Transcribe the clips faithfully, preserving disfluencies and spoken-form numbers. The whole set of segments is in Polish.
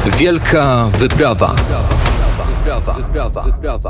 Wielka wyprawa. Wyprawa, wyprawa, wyprawa.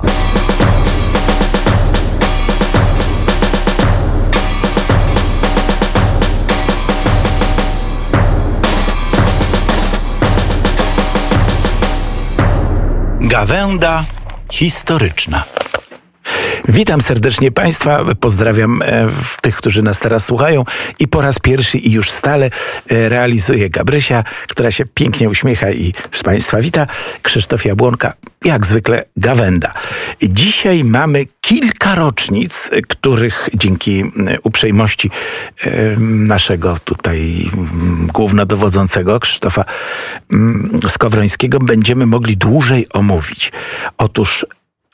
Gawęda historyczna. Witam serdecznie Państwa, pozdrawiam e, tych, którzy nas teraz słuchają i po raz pierwszy i już stale e, realizuje Gabrysia, która się pięknie uśmiecha i Państwa wita. Krzysztof Jabłonka, jak zwykle Gawęda. Dzisiaj mamy kilka rocznic, których dzięki uprzejmości e, naszego tutaj m, głównodowodzącego Krzysztofa m, Skowrońskiego będziemy mogli dłużej omówić. Otóż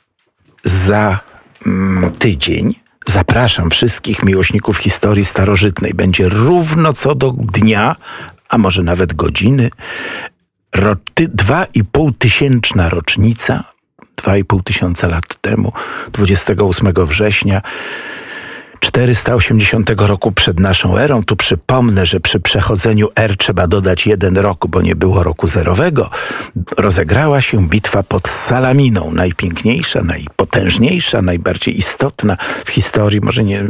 za tydzień zapraszam wszystkich miłośników historii starożytnej. Będzie równo co do dnia, a może nawet godziny, ro, ty, dwa i pół tysięczna rocznica, dwa i pół tysiąca lat temu, dwudziestego ósmego września czterysta osiemdziesiątego roku przed naszą erą. Tu przypomnę, że przy przechodzeniu er trzeba dodać jeden rok, bo nie było roku zerowego. Rozegrała się bitwa pod Salaminą. Najpiękniejsza, najpotężniejsza, najbardziej istotna w historii, może nie,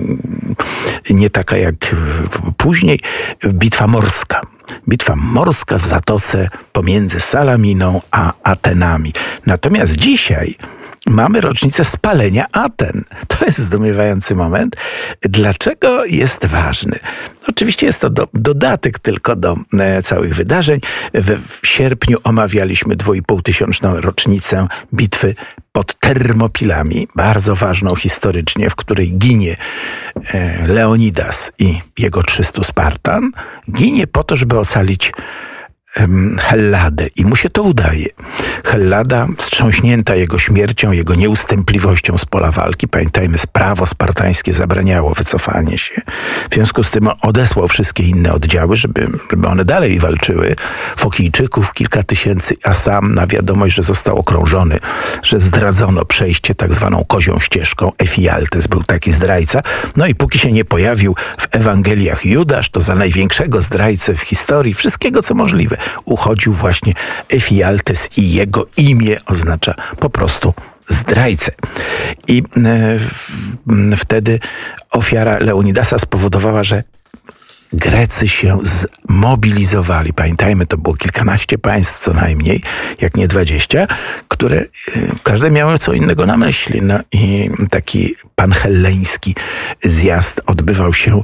nie taka jak później, bitwa morska. Bitwa morska w zatoce pomiędzy Salaminą a Atenami. Natomiast dzisiaj mamy rocznicę spalenia Aten. To jest zdumiewający moment. Dlaczego jest ważny? Oczywiście jest to do, dodatek tylko do e, całych wydarzeń. W, w sierpniu omawialiśmy dwuipółtysięczną rocznicę bitwy pod Termopilami, bardzo ważną historycznie, w której ginie e, Leonidas i jego trzystu Spartan. Ginie po to, żeby ocalić Helladę i mu się to udaje. Hellada, wstrząśnięta jego śmiercią, jego nieustępliwością z pola walki, pamiętajmy, prawo spartańskie zabraniało wycofanie się, w związku z tym odesłał wszystkie inne oddziały, żeby, żeby one dalej walczyły. Fokijczyków kilka tysięcy, a sam na wiadomość, że został okrążony, że zdradzono przejście tak zwaną kozią ścieżką. Efialtes był taki zdrajca. No i póki się nie pojawił w Ewangeliach Judasz, to za największego zdrajcę w historii wszystkiego, co możliwe, uchodził właśnie Efialtes i jego imię oznacza po prostu zdrajcę. I e, wtedy ofiara Leonidasa spowodowała, że Grecy się zmobilizowali. Pamiętajmy, to było kilkanaście państw co najmniej, jak nie dwadzieścia, które e, każde miało co innego na myśli. No i taki panhelleński zjazd odbywał się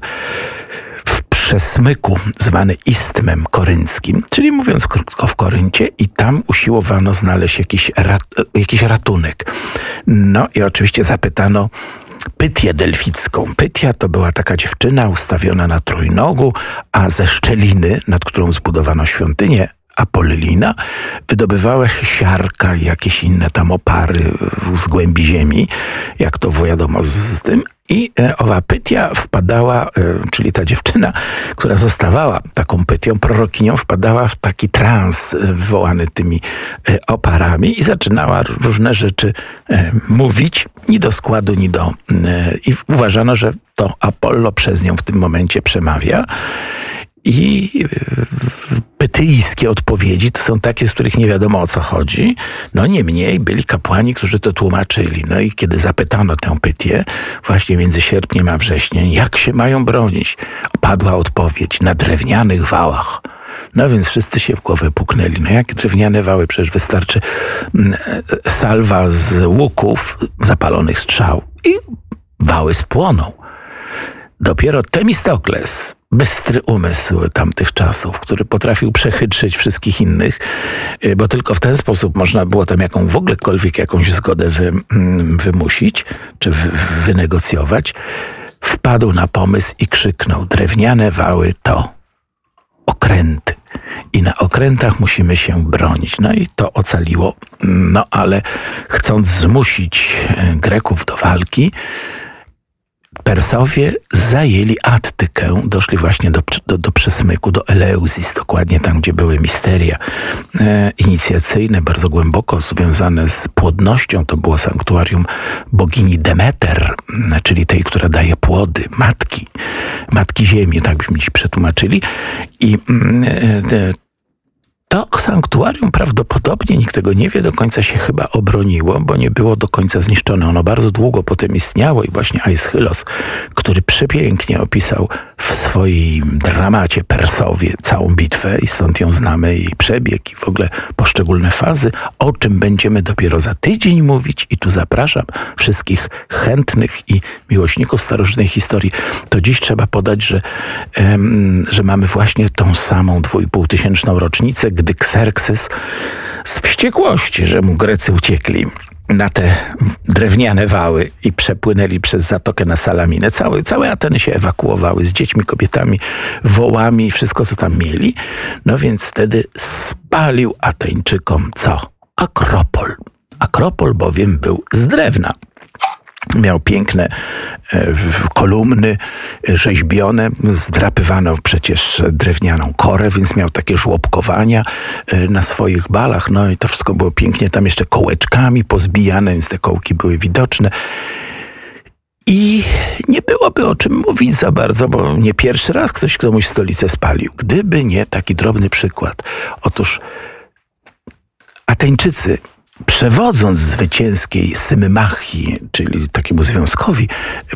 Przesmyku, zwany Istmem Korynckim, czyli mówiąc krótko w Koryncie, i tam usiłowano znaleźć jakiś, rat, jakiś ratunek. No i oczywiście zapytano Pytię delficką. Pytia to była taka dziewczyna ustawiona na trójnogu, a ze szczeliny, nad którą zbudowano świątynię Apollina, wydobywała się siarka i jakieś inne tam opary z głębi ziemi, jak to wiadomo z tym. I owa Pytia wpadała, czyli ta dziewczyna, która zostawała taką Pytią, prorokinią, wpadała w taki trans wywołany tymi oparami i zaczynała różne rzeczy mówić, ni do składu, ni do... I uważano, że to Apollo przez nią w tym momencie przemawia. I pytyjskie odpowiedzi to są takie, z których nie wiadomo, o co chodzi. No niemniej byli kapłani, którzy to tłumaczyli. No i kiedy zapytano tę Pytię, właśnie między sierpniem a wrześniem, jak się mają bronić, padła odpowiedź: na drewnianych wałach. No więc wszyscy się w głowę puknęli. No jakie drewniane wały? Przecież wystarczy salwa z łuków, zapalonych strzał i wały spłoną. Dopiero Temistokles, bystry umysł tamtych czasów, który potrafił przechytrzyć wszystkich innych, bo tylko w ten sposób można było tam jaką w ogólekolwiek jakąś zgodę wy, wymusić, czy wy, wynegocjować, wpadł na pomysł i krzyknął: drewniane wały to okręty. I na okrętach musimy się bronić. No i to ocaliło. No ale chcąc zmusić Greków do walki, Persowie zajęli Attykę, doszli właśnie do, do, do Przesmyku, do Eleuzis, dokładnie tam, gdzie były misteria e, inicjacyjne, bardzo głęboko związane z płodnością. To było sanktuarium bogini Demeter, czyli tej, która daje płody, matki, matki ziemi, tak byśmy dziś przetłumaczyli. I e, To sanktuarium prawdopodobnie, nikt tego nie wie, do końca się chyba obroniło, bo nie było do końca zniszczone. Ono bardzo długo potem istniało i właśnie Aeschylos, który przepięknie opisał w swoim dramacie Persowie całą bitwę i stąd ją znamy i przebieg i w ogóle poszczególne fazy, o czym będziemy dopiero za tydzień mówić i tu zapraszam wszystkich chętnych i miłośników starożytnej historii. To dziś trzeba podać, że, em, że mamy właśnie tą samą dwuipółtysięczną rocznicę, gdy Xerxes z wściekłości, że mu Grecy uciekli na te drewniane wały i przepłynęli przez zatokę na Salaminę. Całe, całe Ateny się ewakuowały z dziećmi, kobietami, wołami, wszystko co tam mieli. No więc wtedy spalił Ateńczykom co? Akropol. Akropol bowiem był z drewna. Miał piękne e, kolumny rzeźbione, zdrapywano przecież drewnianą korę, więc miał takie żłobkowania e, na swoich balach. No i to wszystko było pięknie tam jeszcze kołeczkami pozbijane, więc te kołki były widoczne. I nie byłoby o czym mówić za bardzo, bo nie pierwszy raz ktoś komuś stolicę spalił. Gdyby nie taki drobny przykład. Otóż Ateńczycy, przewodząc zwycięskiej Symmachii, czyli takiemu związkowi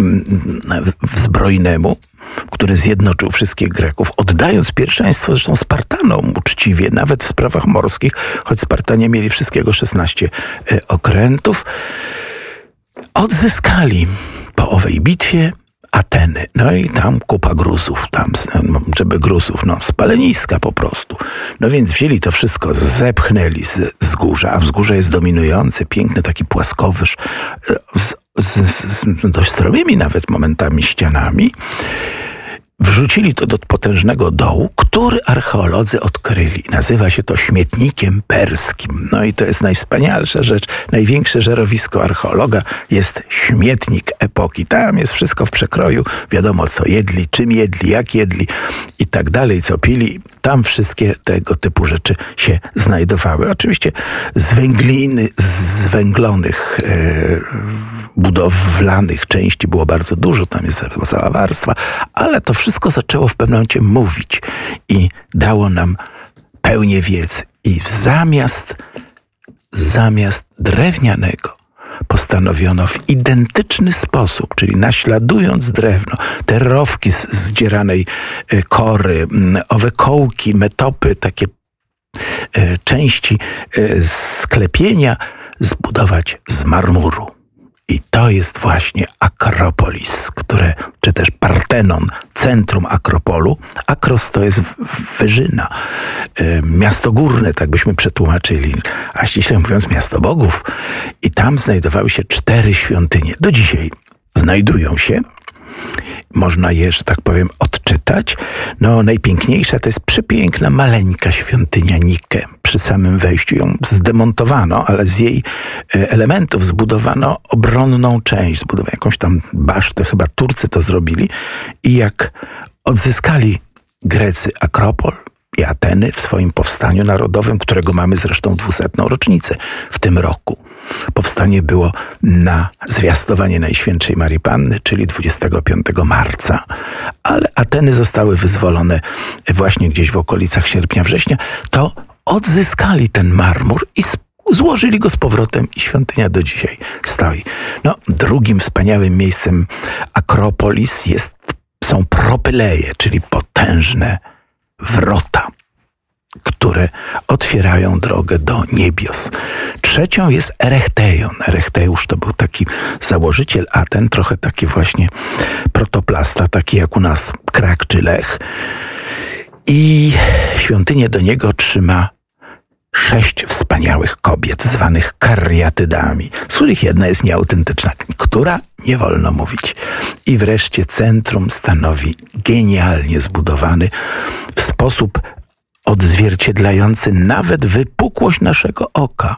zbrojnemu, który zjednoczył wszystkich Greków, oddając pierwszeństwo zresztą Spartanom uczciwie, nawet w sprawach morskich, choć Spartanie mieli wszystkiego szesnaście okrętów, odzyskali po owej bitwie Ateny. No i tam kupa gruzów, tam, żeby gruzów, no spaleniska po prostu. No więc wzięli to wszystko, zepchnęli z wzgórza, a wzgórze jest dominujące, piękny taki płaskowyż, z, z, z dość stromymi nawet momentami ścianami. Wrzucili to do potężnego dołu, który archeolodzy odkryli. Nazywa się to śmietnikiem perskim. No i to jest najwspanialsza rzecz. Największe żerowisko archeologa jest śmietnik epoki. Tam jest wszystko w przekroju. Wiadomo, co jedli, czym jedli, jak jedli i tak dalej, co pili. Tam wszystkie tego typu rzeczy się znajdowały. Oczywiście z węgliny, z węglonych e, budowlanych części było bardzo dużo. Tam jest cała warstwa, ale to wszystko zaczęło w pewnym momencie mówić i dało nam pełnię wiedzy. I zamiast, zamiast drewnianego postanowiono w identyczny sposób, czyli naśladując drewno, te rowki z zdzieranej kory, owe kołki, metopy, takie e, części e, sklepienia zbudować z marmuru. I to jest właśnie Akropolis, które, czy też Partenon, centrum Akropolu. Akros to jest wyżyna, y, miasto górne, tak byśmy przetłumaczyli, a ściśle mówiąc miasto bogów. I tam znajdowały się cztery świątynie. Do dzisiaj znajdują się. Można je, że tak powiem, odczytać. No, najpiękniejsza to jest przepiękna, maleńka świątynia Nike. Przy samym wejściu ją zdemontowano, ale z jej elementów zbudowano obronną część. Zbudowano jakąś tam basztę, chyba Turcy to zrobili. I jak odzyskali Grecy Akropol i Ateny w swoim powstaniu narodowym, którego mamy zresztą dwusetną rocznicę w tym roku. Powstanie było na zwiastowanie Najświętszej Marii Panny, czyli dwudziestego piątego marca, ale Ateny zostały wyzwolone właśnie gdzieś w okolicach sierpnia-września, to odzyskali ten marmur i złożyli go z powrotem i świątynia do dzisiaj stoi. No, drugim wspaniałym miejscem Akropolis jest, są propyleje, czyli potężne wrota, które otwierają drogę do niebios. Trzecią jest Erechteion. Erechteusz to był taki założyciel Aten, trochę taki właśnie protoplasta, taki jak u nas Krak czy Lech. I świątynię do niego trzyma sześć wspaniałych kobiet, zwanych kariatydami, z których jedna jest nieautentyczna, która nie wolno mówić. I wreszcie centrum stanowi genialnie zbudowany w sposób odzwierciedlający nawet wypukłość naszego oka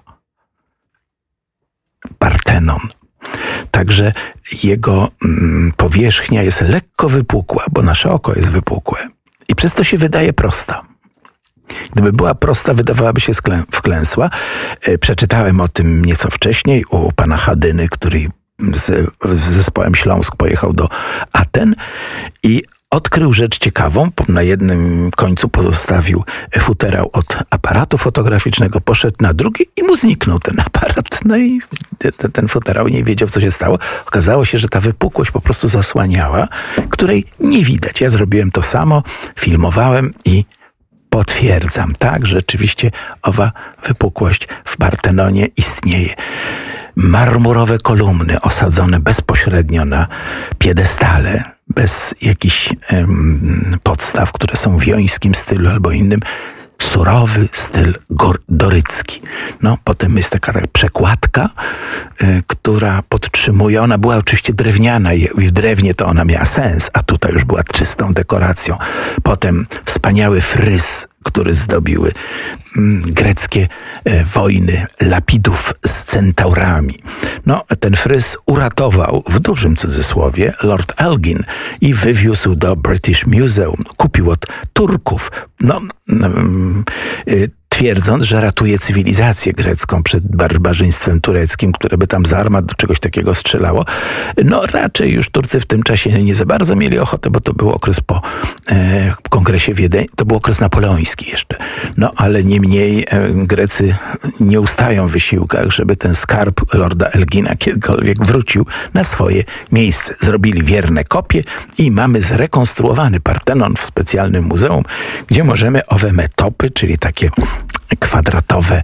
Partenon. Także jego mm, powierzchnia jest lekko wypukła, bo nasze oko jest wypukłe. I przez to się wydaje prosta. Gdyby była prosta, wydawałaby się sklę- wklęsła. E, przeczytałem o tym nieco wcześniej u pana Hadyny, który z, z zespołem Śląsk pojechał do Aten i odkrył rzecz ciekawą. Na jednym końcu pozostawił futerał od aparatu fotograficznego, poszedł na drugi i mu zniknął ten aparat. No i te, ten futerał nie wiedział, co się stało. Okazało się, że ta wypukłość po prostu zasłaniała, której nie widać. Ja zrobiłem to samo, filmowałem i potwierdzam, tak, rzeczywiście owa wypukłość w Partenonie istnieje. Marmurowe kolumny osadzone bezpośrednio na piedestale, bez jakichś em, podstaw, które są w jońskim stylu albo innym. Surowy styl gor- dorycki. No, potem jest taka, taka przekładka, y, która podtrzymuje. Ona była oczywiście drewniana i w drewnie to ona miała sens, a tutaj już była czystą dekoracją. Potem wspaniały fryz, który zdobiły mm, greckie e, wojny lapidów z centaurami. No, ten fryz uratował, w dużym cudzysłowie, Lord Elgin i wywiózł do British Museum. Kupił od Turków. No, mm, y, twierdząc, że ratuje cywilizację grecką przed barbarzyństwem tureckim, które by tam z armat do czegoś takiego strzelało. No raczej już Turcy w tym czasie nie za bardzo mieli ochotę, bo to był okres po e, kongresie Wiedeń, to był okres napoleoński jeszcze. No ale niemniej e, Grecy nie ustają w wysiłkach, żeby ten skarb Lorda Elgina kiedykolwiek wrócił na swoje miejsce. Zrobili wierne kopie i mamy zrekonstruowany Partenon w specjalnym muzeum, gdzie możemy owe metopy, czyli takie kwadratowe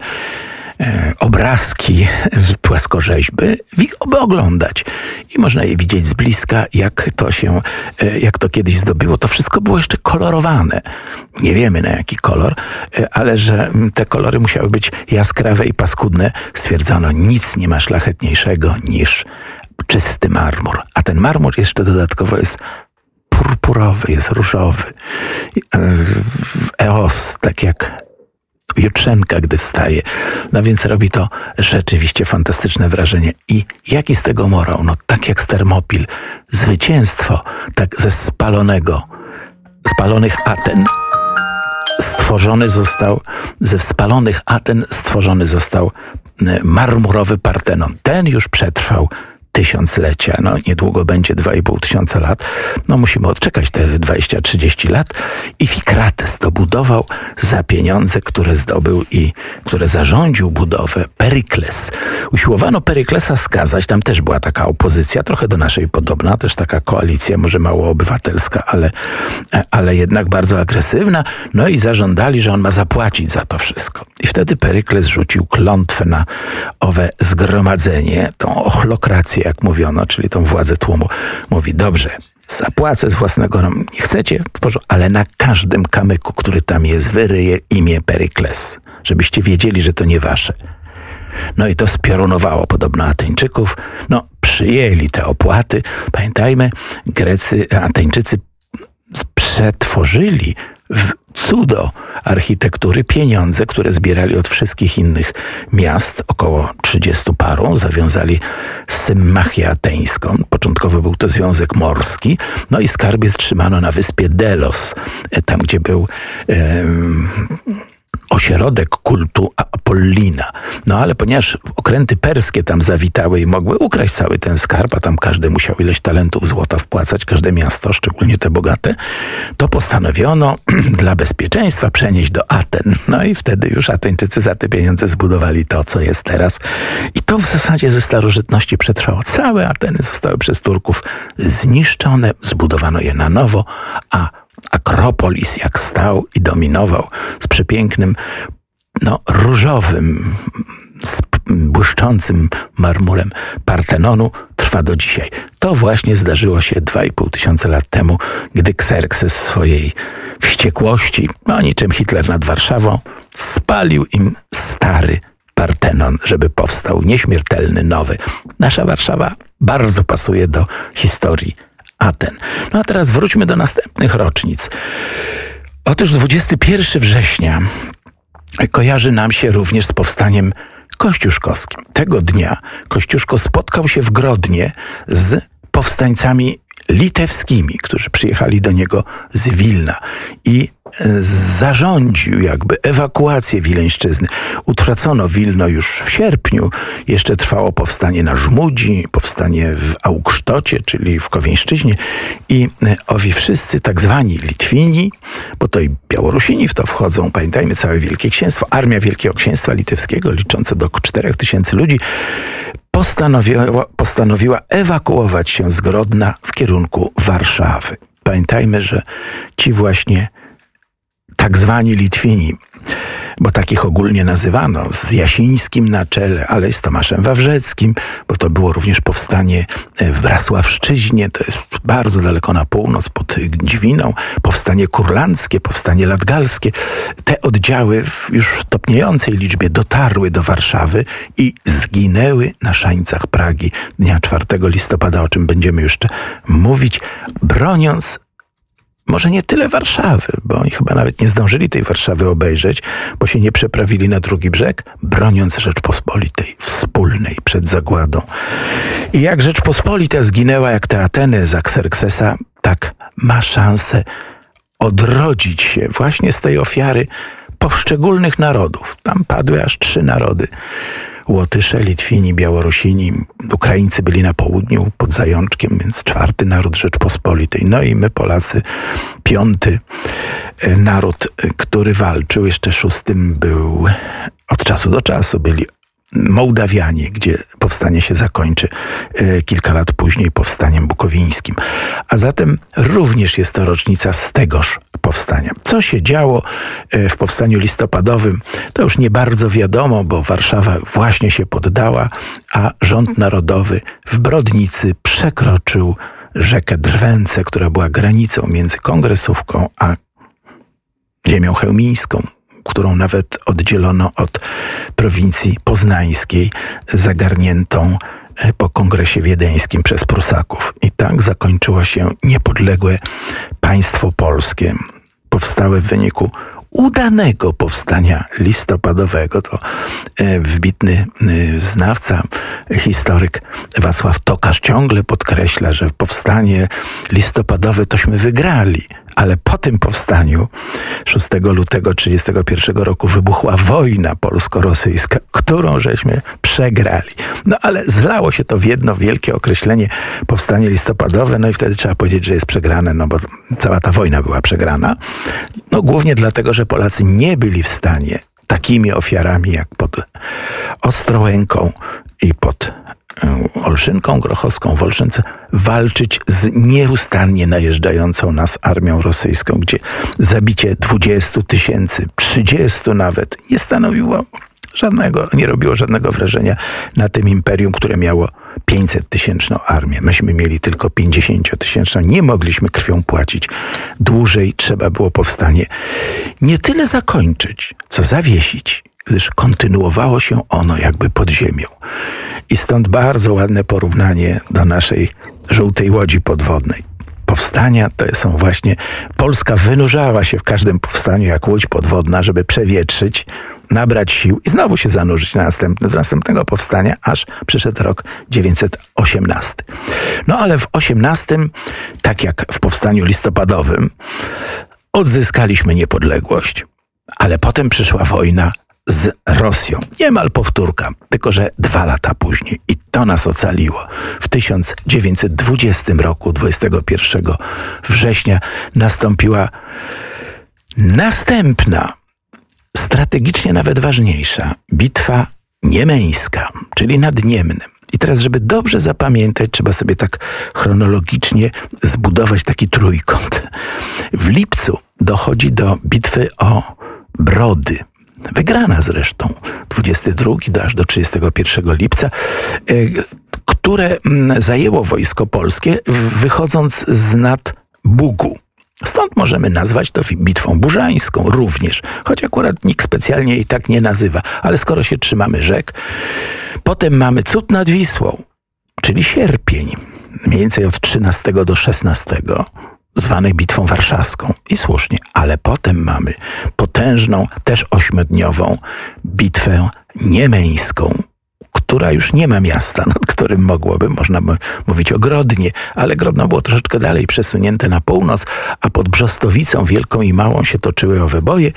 e, obrazki, płaskorzeźby oglądać. I można je widzieć z bliska, jak to się, e, jak to kiedyś zdobyło. To wszystko było jeszcze kolorowane. Nie wiemy na jaki kolor, e, ale że te kolory musiały być jaskrawe i paskudne. Stwierdzono, nic nie ma szlachetniejszego niż czysty marmur. A ten marmur jeszcze dodatkowo jest purpurowy, jest różowy. E, eos, tak jak jutrzenka, gdy wstaje. No więc robi to rzeczywiście fantastyczne wrażenie. I jaki z tego morał? No tak jak z Termopil. Zwycięstwo, tak ze spalonego, spalonych Aten stworzony został, ze spalonych Aten stworzony został marmurowy Partenon. Ten już przetrwał tysiąclecia. No niedługo będzie dwa i pół tysiąca lat. No musimy odczekać te dwadzieścia trzydzieści lat. I Fikrates dobudował za pieniądze, które zdobył i które zarządził budowę Perykles. Usiłowano Peryklesa skazać. Tam też była taka opozycja, trochę do naszej podobna, też taka koalicja, może mało obywatelska, ale, ale jednak bardzo agresywna. No i zażądali, że on ma zapłacić za to wszystko. I wtedy Perykles rzucił klątwę na owe zgromadzenie, tą ochlokrację, jak mówiono, czyli tą władzę tłumu. Mówi, dobrze, zapłacę z własnego rąk. Nie chcecie? W porządku, ale na każdym kamyku, który tam jest, wyryje imię Perykles, żebyście wiedzieli, że to nie wasze. No i to spiorunowało podobno Ateńczyków. No, przyjęli te opłaty. Pamiętajmy, Grecy, Ateńczycy przetworzyli w cudo architektury pieniądze, które zbierali od wszystkich innych miast, około trzydziestu paru, zawiązali Symmachię ateńską. Początkowo był to związek morski, no i skarbiec trzymano na wyspie Delos, tam gdzie był em, ośrodek kultu Apollina. No ale ponieważ okręty perskie tam zawitały i mogły ukraść cały ten skarb, a tam każdy musiał ileś talentów złota wpłacać, każde miasto, szczególnie te bogate, to postanowiono dla bezpieczeństwa przenieść do Aten. No i wtedy już Ateńczycy za te pieniądze zbudowali to, co jest teraz. I to w zasadzie ze starożytności przetrwało. Całe Ateny zostały przez Turków zniszczone, zbudowano je na nowo, a Akropolis jak stał i dominował z przepięknym, no różowym, z błyszczącym marmurem Partenonu, trwa do dzisiaj. To właśnie zdarzyło się dwa i pół tysiąca lat temu, gdy Xerxes w swojej wściekłości, no niczym Hitler nad Warszawą, spalił im stary Partenon, żeby powstał nieśmiertelny, nowy. Nasza Warszawa bardzo pasuje do historii Aten. No a teraz wróćmy do następnych rocznic. Otóż dwudziestego pierwszego września kojarzy nam się również z powstaniem kościuszkowskim. Tego dnia Kościuszko spotkał się w Grodnie z powstańcami litewskimi, którzy przyjechali do niego z Wilna i zarządził jakby ewakuację Wileńszczyzny. Utracono Wilno już w sierpniu. Jeszcze trwało powstanie na Żmudzi, powstanie w Augsztocie, czyli w Kowieńszczyźnie. I owi wszyscy tak zwani Litwini, bo to i Białorusini w to wchodzą, pamiętajmy, całe Wielkie Księstwo, armia Wielkiego Księstwa Litewskiego, licząca do czterech tysięcy ludzi, postanowiła, postanowiła ewakuować się z Grodna w kierunku Warszawy. Pamiętajmy, że ci właśnie tak zwani Litwini, bo takich ogólnie nazywano, z Jasińskim na czele, ale i z Tomaszem Wawrzeckim, bo to było również powstanie w Brasławszczyźnie, to jest bardzo daleko na północ, pod Gdźwiną, powstanie kurlandzkie, powstanie latgalskie. Te oddziały w już topniejącej liczbie dotarły do Warszawy i zginęły na szańcach Pragi dnia czwartego listopada, o czym będziemy jeszcze mówić, broniąc może nie tyle Warszawy, bo oni chyba nawet nie zdążyli tej Warszawy obejrzeć, bo się nie przeprawili na drugi brzeg, broniąc Rzeczpospolitej wspólnej przed zagładą. I jak Rzeczpospolita zginęła, jak te Ateny za Xerxesa, tak ma szansę odrodzić się właśnie z tej ofiary poszczególnych narodów. Tam padły aż trzy narody. Łotysze, Litwini, Białorusini, Ukraińcy byli na południu pod Zajączkiem, więc czwarty naród Rzeczpospolitej. No i my Polacy, piąty naród, który walczył. Jeszcze szóstym był od czasu do czasu byli Mołdawianie, gdzie powstanie się zakończy kilka lat później powstaniem bukowińskim. A zatem również jest to rocznica z tegoż powstania. Co się działo w powstaniu listopadowym, to już nie bardzo wiadomo, bo Warszawa właśnie się poddała, a rząd narodowy w Brodnicy przekroczył rzekę Drwęce, która była granicą między Kongresówką a ziemią chełmińską, którą nawet oddzielono od prowincji poznańskiej, zagarniętą po kongresie wiedeńskim przez Prusaków. I tak zakończyło się niepodległe państwo polskie, powstałe w wyniku udanego powstania listopadowego. To wybitny znawca, historyk Wacław Tokarz ciągle podkreśla, że powstanie listopadowe tośmy wygrali, ale po tym powstaniu szóstego lutego tysiąc dziewięćset trzydziestego pierwszego roku wybuchła wojna polsko-rosyjska, którą żeśmy przegrali. No ale zlało się to w jedno wielkie określenie powstanie listopadowe, no i wtedy trzeba powiedzieć, że jest przegrane, no bo cała ta wojna była przegrana. No głównie dlatego, że Polacy nie byli w stanie takimi ofiarami jak pod Ostrołęką i pod Olszynką Grochowską w Olszynce walczyć z nieustannie najeżdżającą nas armią rosyjską, gdzie zabicie dwudziestu tysięcy, trzydziestu nawet nie stanowiło żadnego, nie robiło żadnego wrażenia na tym imperium, które miało pięćsettysięczną armię. Myśmy mieli tylko pięćdziesięciotysięczną. Nie mogliśmy krwią płacić. Dłużej trzeba było powstanie nie tyle zakończyć, co zawiesić, gdyż kontynuowało się ono jakby pod ziemią. I stąd bardzo ładne porównanie do naszej żółtej łodzi podwodnej. Powstania to są właśnie... Polska wynurzała się w każdym powstaniu jak łódź podwodna, żeby przewietrzyć, nabrać sił i znowu się zanurzyć na następne, do następnego powstania, aż przyszedł rok dziewięćset osiemnasty. No ale w osiemnastym, tak jak w powstaniu listopadowym, odzyskaliśmy niepodległość, ale potem przyszła wojna z Rosją. Niemal powtórka, tylko że dwa lata później. I to nas ocaliło. W tysiąc dziewięćset dwudziestym roku, dwudziestego pierwszego września, nastąpiła następna, strategicznie nawet ważniejsza, bitwa niemeńska, czyli nad Niemnem. I teraz, żeby dobrze zapamiętać, trzeba sobie tak chronologicznie zbudować taki trójkąt. W lipcu dochodzi do bitwy o Brody. Wygrana zresztą, dwudziestego drugiego aż do trzydziestego pierwszego lipca, które zajęło wojsko polskie, wychodząc z nad Bugu. Stąd możemy nazwać to bitwą burzańską również, choć akurat nikt specjalnie jej tak nie nazywa, ale skoro się trzymamy rzek. Potem mamy Cud nad Wisłą, czyli sierpień, mniej więcej od trzynastego do szesnastego, zwanej Bitwą Warszawską. I słusznie, ale potem mamy potężną, też ośmiodniową bitwę niemeńską, która już nie ma miasta, nad którym mogłoby, można by mówić o Grodnie, ale Grodno było troszeczkę dalej przesunięte na północ, a pod Brzostowicą Wielką i Małą się toczyły owe boje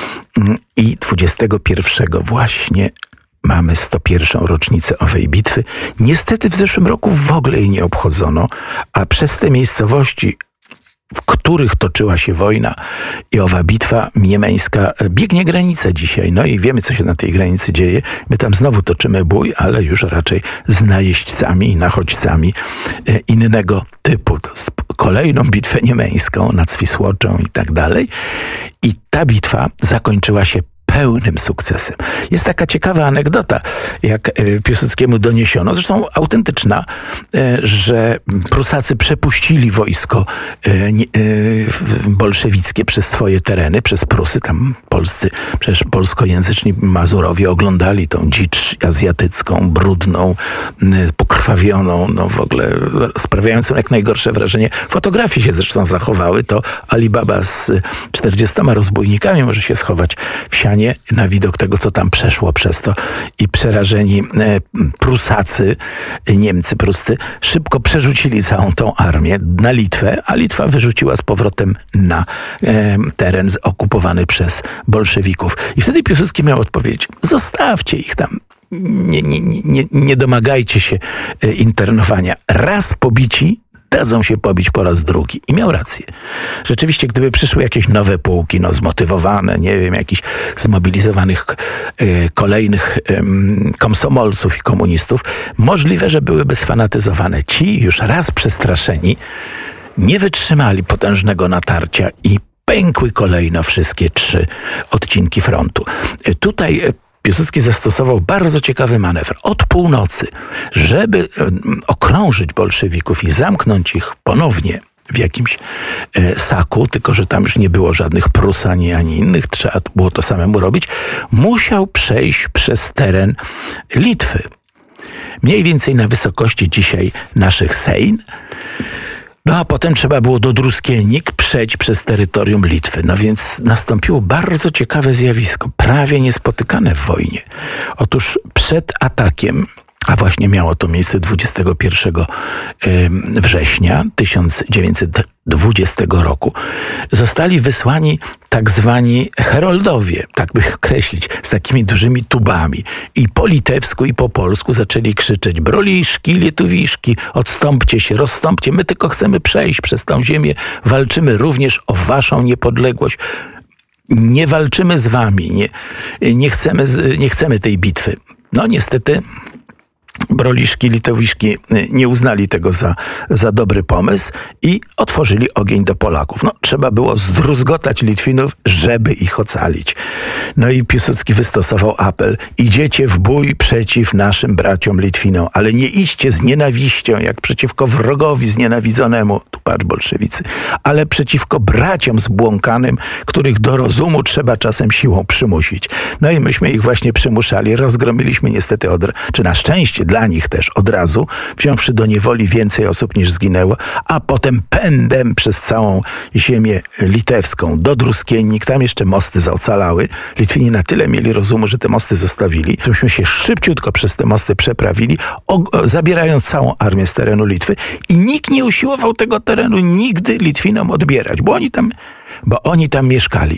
i dwudziestego pierwszego właśnie mamy sto pierwszą rocznicę owej bitwy. Niestety w zeszłym roku w ogóle jej nie obchodzono, a przez te miejscowości, w których toczyła się wojna i owa bitwa niemeńska, biegnie granica dzisiaj. No i wiemy, co się na tej granicy dzieje. My tam znowu toczymy bój, ale już raczej z najeźdźcami i nachodźcami innego typu. To jest kolejną bitwę niemeńską nad Swisłoczą i tak dalej. I ta bitwa zakończyła się pełnym sukcesem. Jest taka ciekawa anegdota, jak Piłsudskiemu doniesiono, zresztą autentyczna, że Prusacy przepuścili wojsko bolszewickie przez swoje tereny, przez Prusy, tam polscy, przecież polskojęzyczni Mazurowie oglądali tą dzicz azjatycką, brudną, pokrwawioną, no w ogóle sprawiającą jak najgorsze wrażenie. Fotografie się zresztą zachowały, to Alibaba z czterdziestoma rozbójnikami może się schować w sianie na widok tego, co tam przeszło przez to i przerażeni Prusacy, Niemcy pruscy, szybko przerzucili całą tą armię na Litwę, a Litwa wyrzuciła z powrotem na e, teren okupowany przez bolszewików. I wtedy Piłsudski miał odpowiedzieć, zostawcie ich tam, nie, nie, nie, nie domagajcie się internowania. Raz pobici, dadzą się pobić po raz drugi. I miał rację. Rzeczywiście, gdyby przyszły jakieś nowe pułki, no zmotywowane, nie wiem, jakichś zmobilizowanych e, kolejnych e, komsomolców i komunistów, możliwe, że byłyby sfanatyzowane. Ci już raz przestraszeni nie wytrzymali potężnego natarcia i pękły kolejno wszystkie trzy odcinki frontu. E, tutaj e, Piłsudski zastosował bardzo ciekawy manewr. Od północy, żeby okrążyć bolszewików i zamknąć ich ponownie w jakimś e, saku, tylko że tam już nie było żadnych Prus ani, ani innych, trzeba było to samemu robić, musiał przejść przez teren Litwy. Mniej więcej na wysokości dzisiaj naszych Sejn. No a potem trzeba było do Druskienik przejść przez terytorium Litwy. No więc nastąpiło bardzo ciekawe zjawisko, prawie niespotykane w wojnie. Otóż przed atakiem, a właśnie miało to miejsce dwudziestego pierwszego września tysiąc dziewięćset dwudziestego roku, zostali wysłani tak zwani heroldowie, tak by określić, z takimi dużymi tubami. I po litewsku, i po polsku zaczęli krzyczeć: broliszki, lietuwiszki, odstąpcie się, rozstąpcie, my tylko chcemy przejść przez tą ziemię, walczymy również o waszą niepodległość. Nie walczymy z wami, nie, nie, chcemy, nie chcemy tej bitwy. No niestety broliszki, litowiszki nie uznali tego za, za dobry pomysł i otworzyli ogień do Polaków. No, trzeba było zdruzgotać Litwinów, żeby ich ocalić. No i Piłsudski wystosował apel: idziecie w bój przeciw naszym braciom Litwinom, ale nie idźcie z nienawiścią, jak przeciwko wrogowi znienawidzonemu, tu patrz bolszewicy, ale przeciwko braciom zbłąkanym, których do rozumu trzeba czasem siłą przymusić. No i myśmy ich właśnie przymuszali, rozgromiliśmy niestety, od, czy na szczęście dla nich też od razu, wziąwszy do niewoli więcej osób niż zginęło, a potem pędem przez całą ziemię litewską do Druskienik, tam jeszcze mosty zaocalały. Litwini na tyle mieli rozumu, że te mosty zostawili, żeśmy się szybciutko przez te mosty przeprawili, og- zabierając całą armię z terenu Litwy i nikt nie usiłował tego terenu nigdy Litwinom odbierać, bo oni tam, bo oni tam mieszkali.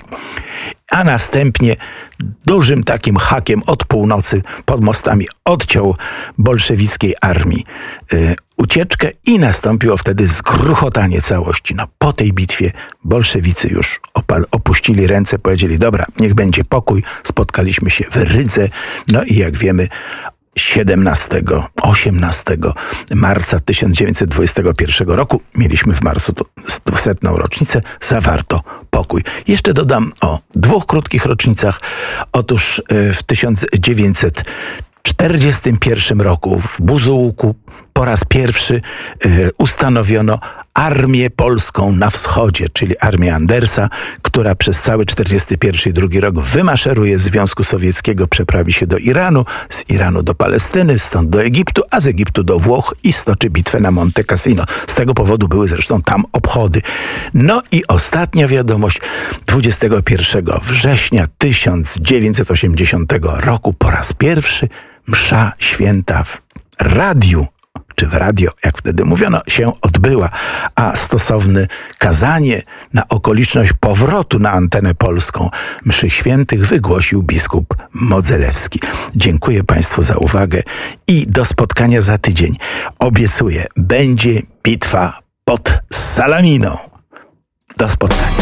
A następnie dużym takim hakiem od północy pod mostami odciął bolszewickiej armii y, ucieczkę i nastąpiło wtedy zgruchotanie całości. No, po tej bitwie bolszewicy już opa- opuścili ręce, powiedzieli: dobra, niech będzie pokój, spotkaliśmy się w Rydze. No i jak wiemy, siedemnastego, osiemnastego marca tysiąc dziewięćset dwudziestego pierwszego roku, mieliśmy w marcu stusetną rocznicę, zawarto pokój. Jeszcze dodam o dwóch krótkich rocznicach. Otóż w tysiąc dziewięćset czterdziestym pierwszym roku w Buzułku po raz pierwszy y, ustanowiono Armię Polską na Wschodzie, czyli Armię Andersa, która przez cały czterdziesty pierwszy i drugi rok wymaszeruje z Związku Sowieckiego, przeprawi się do Iranu, z Iranu do Palestyny, stąd do Egiptu, a z Egiptu do Włoch i stoczy bitwę na Monte Cassino. Z tego powodu były zresztą tam obchody. No i ostatnia wiadomość: dwudziestego pierwszego września tysiąc dziewięćset osiemdziesiątego roku po raz pierwszy msza święta w radiu, czy w radio, jak wtedy mówiono, się odbyła, a stosowne kazanie na okoliczność powrotu na antenę polską mszy świętych wygłosił biskup Modzelewski. Dziękuję Państwu za uwagę i do spotkania za tydzień. Obiecuję, będzie bitwa pod Salaminą. Do spotkania.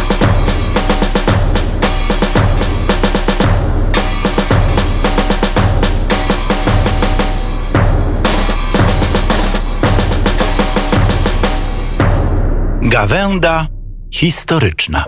Gawęda historyczna.